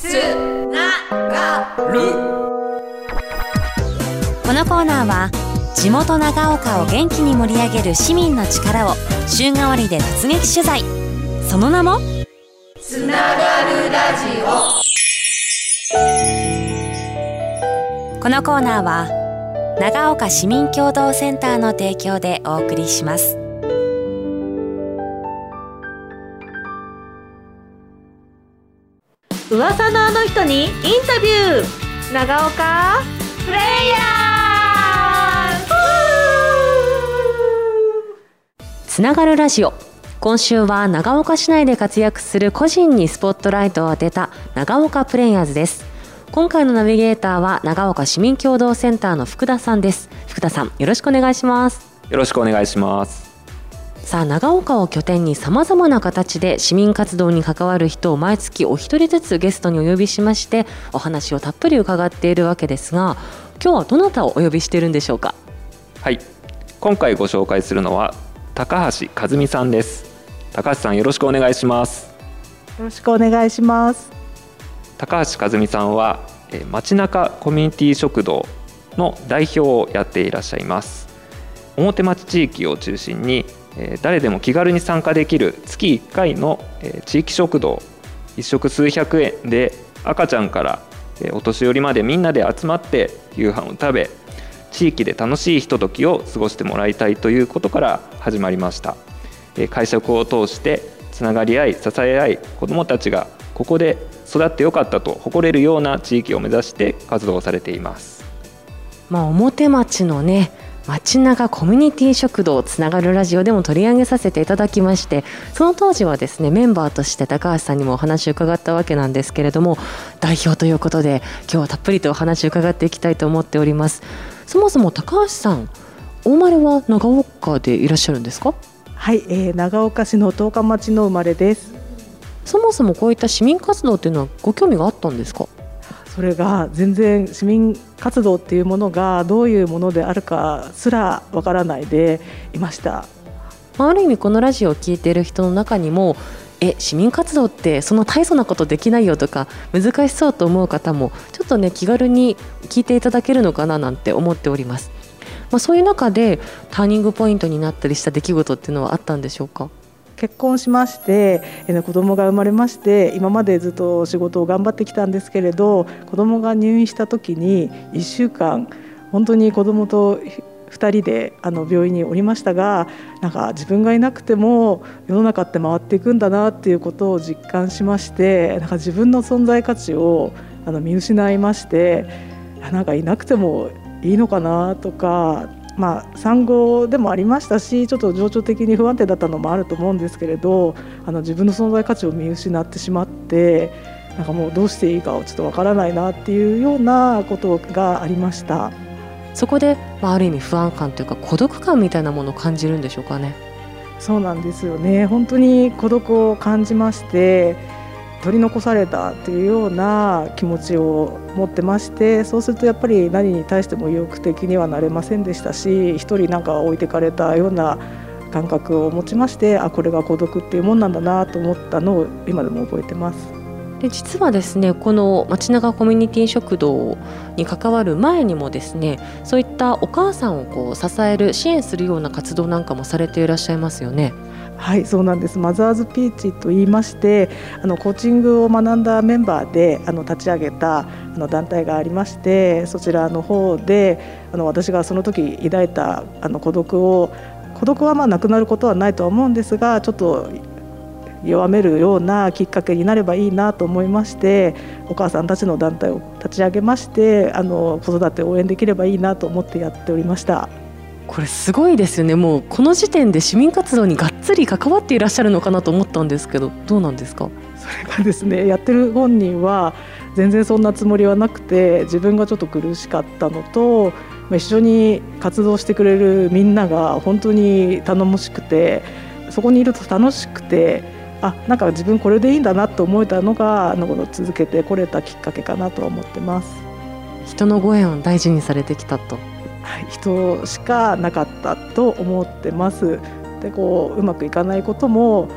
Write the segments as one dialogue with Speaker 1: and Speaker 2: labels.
Speaker 1: つながる。
Speaker 2: このコーナーは地元長岡を元気に盛り上げる市民の力を週替わりで突撃取材。その名も
Speaker 1: つながるラジオ。
Speaker 2: このコーナーは長岡市民協同センターの提供でお送りします。
Speaker 3: 噂のあの人にインタビュー、長岡プレイヤ
Speaker 2: ー。つながるラジオ。今週は長岡市内で活躍する個人にスポットライトを当てた長岡プレイヤーズです。今回のナビゲーターは長岡市民協同センターの福田さんです。福田さん、よろしくお願いします。
Speaker 4: よろしくお願いします。
Speaker 2: さあ、長岡を拠点にさまざまな形で市民活動に関わる人を毎月お一人ずつゲストにお呼びしましてお話をたっぷり伺っているわけですが、今日はどなたをお呼びしているんでしょうか。
Speaker 4: はい、今回ご紹介するのは高橋和美さんです。高橋さん、よろしくお願いします。
Speaker 5: よろしくお願いします。
Speaker 4: 高橋和美さんは街中コミュニティ食堂の代表をやっていらっしゃいます。表町地域を中心に誰でも気軽に参加できる月1回の地域食堂、1食数百円で赤ちゃんからお年寄りまでみんなで集まって夕飯を食べ、地域で楽しいひとときを過ごしてもらいたいということから始まりました。会食を通してつながり合い支え合い、子どもたちがここで育ってよかったと誇れるような地域を目指して活動されています。
Speaker 2: 表町のね、街中コミュニティ食堂つながるラジオでも取り上げさせていただきまして、その当時はですね、メンバーとして高橋さんにもお話を伺ったわけなんですけれども、代表ということで今日はたっぷりとお話を伺っていきたいと思っております。そもそも高橋さん、お生まれは長岡でいらっしゃるんですか？
Speaker 5: はい、長岡市の十日町の生まれです。
Speaker 2: そもそもこういった市民活動っていうのはご興味があったんですか？
Speaker 5: それが全然市民活動っていうものがどういうものであるかすらわからないでいました。
Speaker 2: ある意味このラジオを聞いている人の中にも市民活動ってそんな大層なことできないよとか難しそうと思う方もちょっとね、気軽に聞いていただけるのかななんて思っております。そういう中でターニングポイントになったりした出来事っていうのはあったんでしょうか？
Speaker 5: 結婚しまして、子供が生まれまして、今までずっと仕事を頑張ってきたんですけれど、子供が入院した時に1週間本当に子供と2人で病院におりましたが、なんか自分がいなくても世の中って回っていくんだなっていうことを実感しまして、なんか自分の存在価値を見失いまして、なんかいなくてもいいのかなとか、産後でもありましたし、ちょっと情緒的に不安定だったのもあると思うんですけれど、自分の存在価値を見失ってしまって、なんかもうどうしていいかをちょっとわからないなっていうようなことがありました。
Speaker 2: そこで、ある意味不安感というか孤独感みたいなものを感じるんでしょうかね？
Speaker 5: そうなんですよね。本当に孤独を感じまして、取り残されたというような気持ちを持ってまして、そうするとやっぱり何に対しても意欲的にはなれませんでしたし、一人なんか置いてかれたような感覚を持ちまして、これが孤独っていうもんなんだなと思ったのを今でも覚えてます。
Speaker 2: で、実はですね、この街中コミュニティ食堂に関わる前にもですね、そういったお母さんを支える支援するような活動なんかもされていらっしゃいますよね？
Speaker 5: はい、そうなんです。マザーズピーチといいまして、コーチングを学んだメンバーで立ち上げた団体がありまして、そちらの方で私がその時抱いた孤独はなくなることはないとは思うんですが、ちょっと弱めるようなきっかけになればいいなと思いまして、お母さんたちの団体を立ち上げまして、子育てを応援できればいいなと思ってやっておりました。
Speaker 2: これすごいですよね。もうこの時点で市民活動にがっつり関わっていらっしゃるのかなと思ったんですけど、どうなんですか？
Speaker 5: それがですね、やってる本人は全然そんなつもりはなくて、自分がちょっと苦しかったのと、一緒に活動してくれるみんなが本当に頼もしくて、そこにいると楽しくて、なんか自分これでいいんだなと思えたのが続けてこれたきっかけかなと思ってます。
Speaker 2: 人のご縁を大事にされてきたと。
Speaker 5: 人しかなかったと思ってます。で、うまくいかないことも、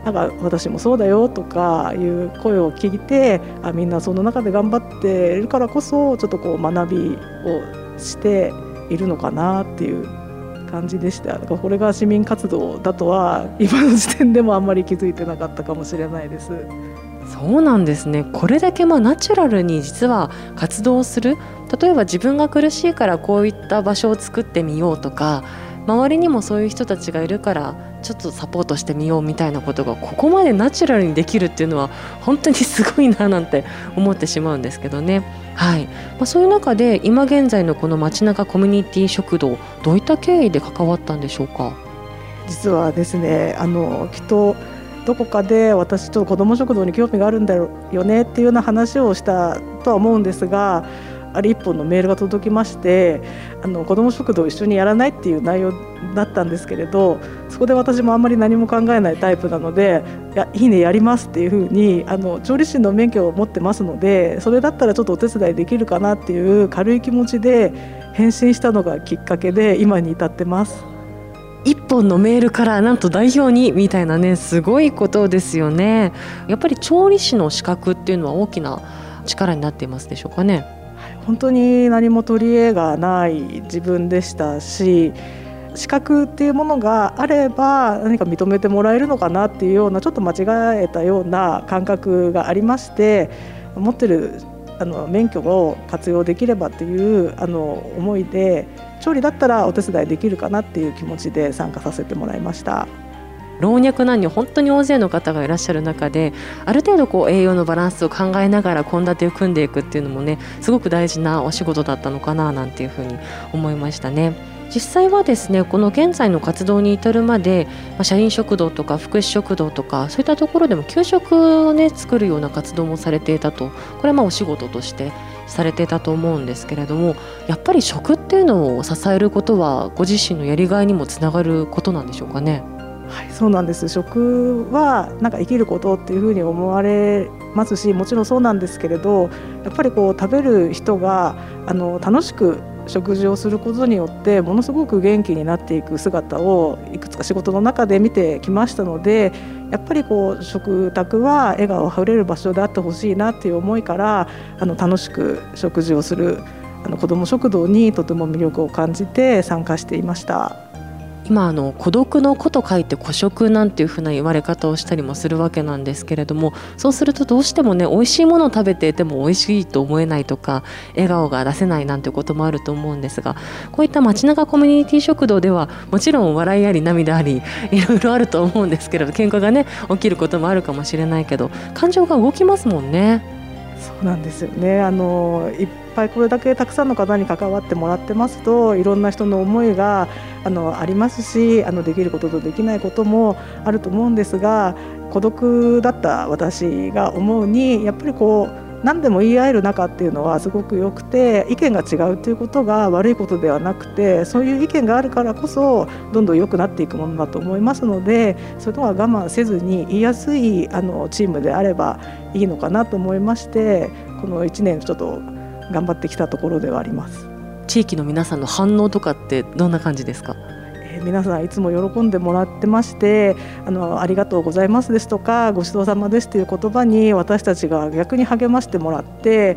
Speaker 5: なんか私もそうだよとかいう声を聞いて、みんなその中で頑張っているからこそちょっとこう学びをしているのかなっていう感じでした。だからこれが市民活動だとは今の時点でもあんまり気づいてなかったかもしれないです。
Speaker 2: そうなんですね。これだけナチュラルに実は活動する、例えば自分が苦しいからこういった場所を作ってみようとか、周りにもそういう人たちがいるからちょっとサポートしてみようみたいなことがここまでナチュラルにできるっていうのは本当にすごいななんて思ってしまうんですけどね。はい。そういう中で今現在のこの街中コミュニティ食堂、どういった経緯で関わったんでしょうか。
Speaker 5: 実はですね、きっとどこかで私ちょっと子ども食堂に興味があるんだよねっていうような話をしたとは思うんですが、ある一本のメールが届きまして、子ども食堂を一緒にやらないっていう内容だったんですけれど、そこで私もあんまり何も考えないタイプなので、いいねやりますっていうふうに調理師の免許を持ってますので、それだったらちょっとお手伝いできるかなっていう軽い気持ちで返信したのがきっかけで今に至ってます。
Speaker 2: 一本のメールからなんと代表にみたいなね、すごいことですよね。やっぱり調理師の資格っていうのは大きな力になっていますでしょうかね。
Speaker 5: 本当に何も取り柄がない自分でしたし、資格っていうものがあれば何か認めてもらえるのかなっていうようなちょっと間違えたような感覚がありまして、持ってる免許を活用できればっていう思いで、調理だったらお手伝いできるかなっていう気持ちで参加させてもらいました。
Speaker 2: 老若男女本当に大勢の方がいらっしゃる中で、ある程度栄養のバランスを考えながら献立を組んでいくっていうのもね、すごく大事なお仕事だったのかななんていうふうに思いましたね。実際はですね、この現在の活動に至るまで、社員食堂とか福祉食堂とかそういったところでも給食をね作るような活動もされていたと、これはお仕事としてされていたと思うんですけれども、やっぱり食っていうのを支えることはご自身のやりがいにもつながることなんでしょうかね。
Speaker 5: はい、そうなんです。食はなんか生きることっていうふうに思われますし、もちろんそうなんですけれど、やっぱり食べる人が楽しく食事をすることによってものすごく元気になっていく姿をいくつか仕事の中で見てきましたので、やっぱり食卓は笑顔あふれる場所であってほしいなっていう思いから、楽しく食事をする子ども食堂にとても魅力を感じて参加していました。
Speaker 2: 今孤独の孤と書いて孤食なんていう風な言われ方をしたりもするわけなんですけれども、そうするとどうしてもね、美味しいものを食べていても美味しいと思えないとか、笑顔が出せないなんてこともあると思うんですが、こういった街中コミュニティ食堂ではもちろん笑いあり涙ありいろいろあると思うんですけれど、喧嘩がね起きることもあるかもしれないけど、感情が動きますもんね。
Speaker 5: そうなんですよね。いっぱいこれだけたくさんの方に関わってもらってますと、いろんな人の思いがありますし、できることとできないこともあると思うんですが、孤独だった私が思うに、やっぱり何でも言い合える仲っていうのはすごく良くて、意見が違うということが悪いことではなくて、そういう意見があるからこそどんどん良くなっていくものだと思いますので、そういうのは我慢せずに言いやすいチームであればいいのかなと思いまして、この1年ちょっと頑張ってきたところではあります。
Speaker 2: 地域の皆さんの反応とかってどんな感じですか？
Speaker 5: 皆さんいつも喜んでもらってまして、ありがとうございますですとか、ごちそうさまですという言葉に私たちが逆に励ましてもらって、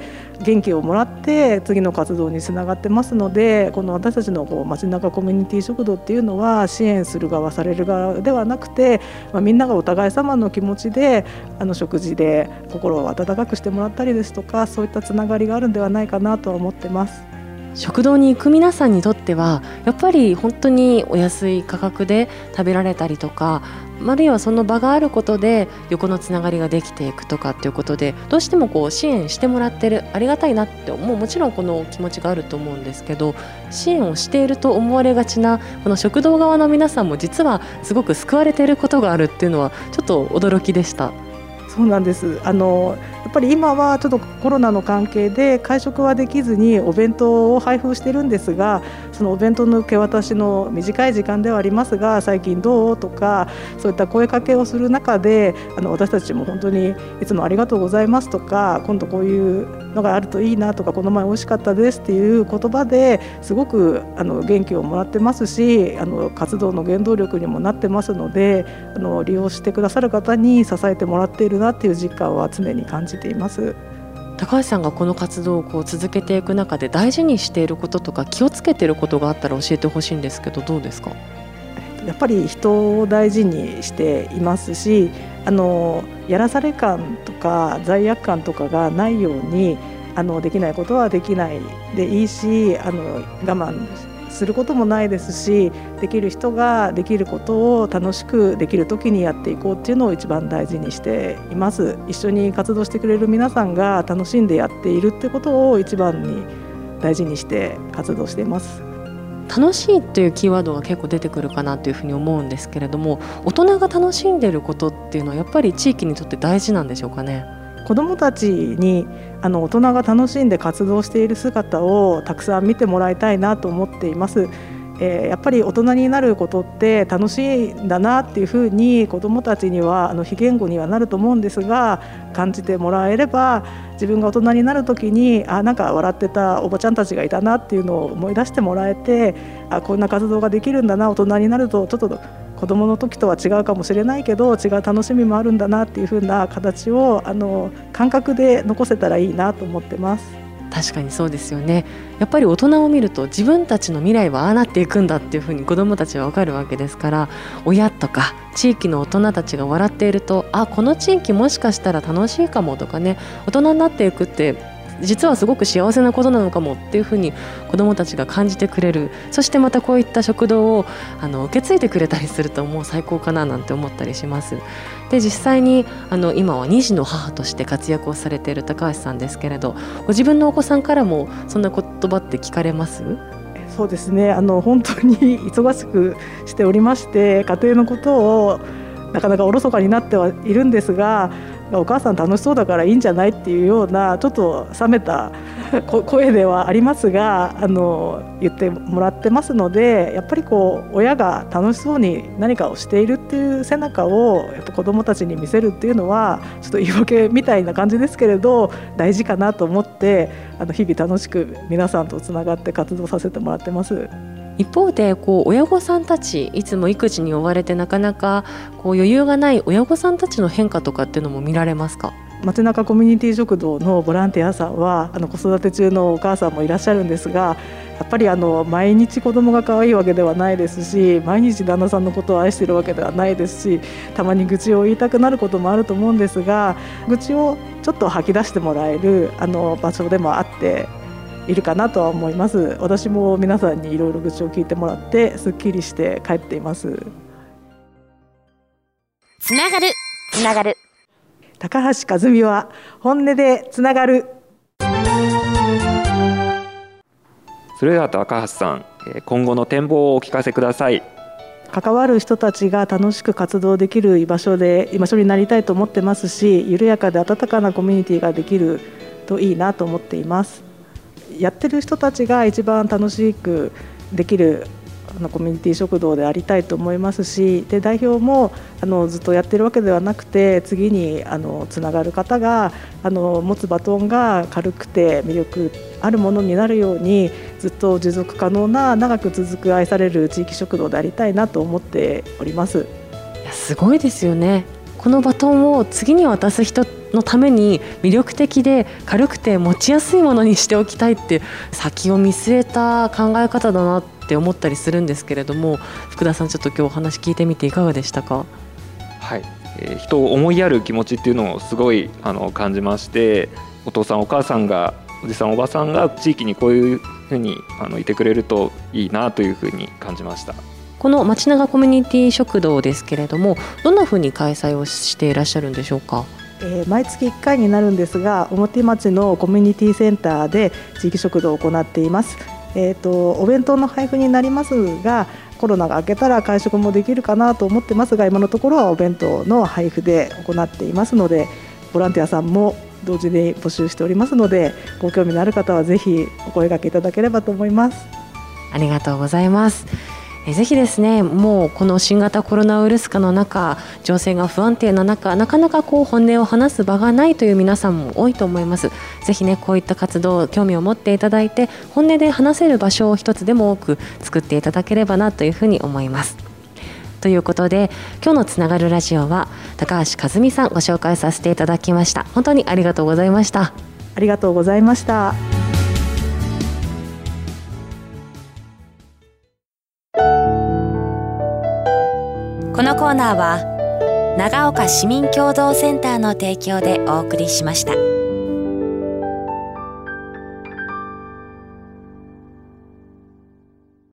Speaker 5: 元気をもらって次の活動につながってますので、この私たちの街中コミュニティ食堂っていうのは支援する側される側ではなくて、みんながお互い様の気持ちで食事で心を温かくしてもらったりですとか、そういったつながりがあるんではないかなとは思ってます。
Speaker 2: 食堂に行く皆さんにとってはやっぱり本当にお安い価格で食べられたりとか、あるいはその場があることで横のつながりができていくとかっていうことで、どうしても支援してもらってる、ありがたいなってもちろんこの気持ちがあると思うんですけど、支援をしていると思われがちなこの食堂側の皆さんも実はすごく救われていることがあるっていうのはちょっと驚きでした。
Speaker 5: そうなんです。やっぱり今はちょっとコロナの関係で会食はできずにお弁当を配布してるんですが、そのお弁当の受け渡しの短い時間ではありますが、最近どうとかそういった声かけをする中で、私たちも本当にいつもありがとうございますとか、今度こういうのがあるといいなとか、この前美味しかったですっていう言葉ですごく元気をもらってますし、活動の原動力にもなってますので、利用してくださる方に支えてもらっているなっていう実感は常に感じています。
Speaker 2: 高橋さんがこの活動を続けていく中で大事にしていることとか気をつけていることがあったら教えてほしいんですけど、どうですか？
Speaker 5: やっぱり人を大事にしていますし、やらされ感とか罪悪感とかがないように、できないことはできないでいいし、我慢することもないですし、できる人ができることを楽しくできる時にやっていこうっていうのを一番大事にしています。一緒に活動してくれる皆さんが楽しんでやっているってことを一番に大事にして活動しています。
Speaker 2: 楽しいというキーワードが結構出てくるかなというふうに思うんですけれども、大人が楽しんでいることっていうのはやっぱり地域にとって大事なんでしょうかね？
Speaker 5: 子どもたちに大人が楽しんで活動している姿をたくさん見てもらいたいなと思っています。やっぱり大人になることって楽しいんだなっていうふうに子どもたちには非言語にはなると思うんですが、感じてもらえれば、自分が大人になる時になんか笑ってたおばちゃんたちがいたなっていうのを思い出してもらえて、こんな活動ができるんだな、大人になるとちょっと子どもの時とは違うかもしれないけど違う楽しみもあるんだなっていう風な形を感覚で残せたらいいなと思ってます。
Speaker 2: 確かにそうですよね。やっぱり大人を見ると自分たちの未来はああなっていくんだっていうふうに子どもたちは分かるわけですから、親とか地域の大人たちが笑っていると、この地域もしかしたら楽しいかもとかね、大人になっていくって実はすごく幸せなことなのかもっていうふうに子どもたちが感じてくれる。そしてまたこういった食堂を受け継いでくれたりするともう最高かななんて思ったりします。で、実際に今は2児の母として活躍をされている高橋さんですけれど、ご自分のお子さんからもそんな言葉って聞かれます？
Speaker 5: そうですね、本当に忙しくしておりまして、家庭のことをなかなかおろそかになってはいるんですが、お母さん楽しそうだからいいんじゃないっていうようなちょっと冷めた声ではありますが、言ってもらってますので、やっぱり親が楽しそうに何かをしているっていう背中をやっぱ子どもたちに見せるっていうのはちょっと言い訳みたいな感じですけれど大事かなと思って、日々楽しく皆さんとつながって活動させてもらってます。
Speaker 2: 一方で親御さんたち、いつも育児に追われてなかなか余裕がない親御さんたちの変化とかっていうのも見られますか？
Speaker 5: 街中コミュニティ食堂のボランティアさんは子育て中のお母さんもいらっしゃるんですが、やっぱり毎日子供が可愛いわけではないですし、毎日旦那さんのことを愛しているわけではないですし、たまに愚痴を言いたくなることもあると思うんですが、愚痴をちょっと吐き出してもらえる場所でもあっているかなとは思います。私も皆さんにいろいろ愚痴を聞いてもらってすっきりして帰っています。
Speaker 1: つながるつながる、
Speaker 5: 高橋和美は本音でつながる。
Speaker 4: それでは高橋さん、今後の展望をお聞かせください。
Speaker 5: 関わる人たちが楽しく活動できる居場所になりたいと思ってますし、緩やかで温かなコミュニティができるといいなと思っています。やってる人たちが一番楽しくできるコミュニティ食堂でありたいと思いますし、で代表もずっとやってるわけではなくて、次につながる方が持つバトンが軽くて魅力あるものになるように、ずっと持続可能な長く続く愛される地域食堂でありたいなと思っております。
Speaker 2: いや、すごいですよね。このバトンを次に渡す人のために魅力的で軽くて持ちやすいものにしておきたいって先を見据えた考え方だなって思ったりするんですけれども、福田さん、ちょっと今日お話聞いてみていかがでしたか？
Speaker 4: はい、人を思いやる気持ちっていうのをすごい感じまして、お父さんお母さんが、おじさんおばさんが地域にこういうふうにいてくれるといいなというふうに感じました。
Speaker 2: この街長コミュニティ食堂ですけれども、どんなふうに開催をしていらっしゃるんでしょうか？
Speaker 5: 毎月1回になるんですが、表町のコミュニティセンターで地域食堂を行っています。お弁当の配布になりますが、コロナが明けたら会食もできるかなと思ってますが、今のところはお弁当の配布で行っていますので、ボランティアさんも同時に募集しておりますので、ご興味のある方はぜひお声掛けいただければと思います。
Speaker 2: ありがとうございます。 ぜひですね、もうこの新型コロナウイルス禍の中、情勢が不安定な中、なかなか本音を話す場がないという皆さんも多いと思います。ぜひね、こういった活動、興味を持っていただいて、本音で話せる場所を一つでも多く作っていただければなというふうに思います。ということで、今日のつながるラジオは高橋和美さんご紹介させていただきました。本当にありがとうございました。
Speaker 5: ありがとうございました。
Speaker 1: このコーナーは長岡市民協同センターの提供でお送りしました。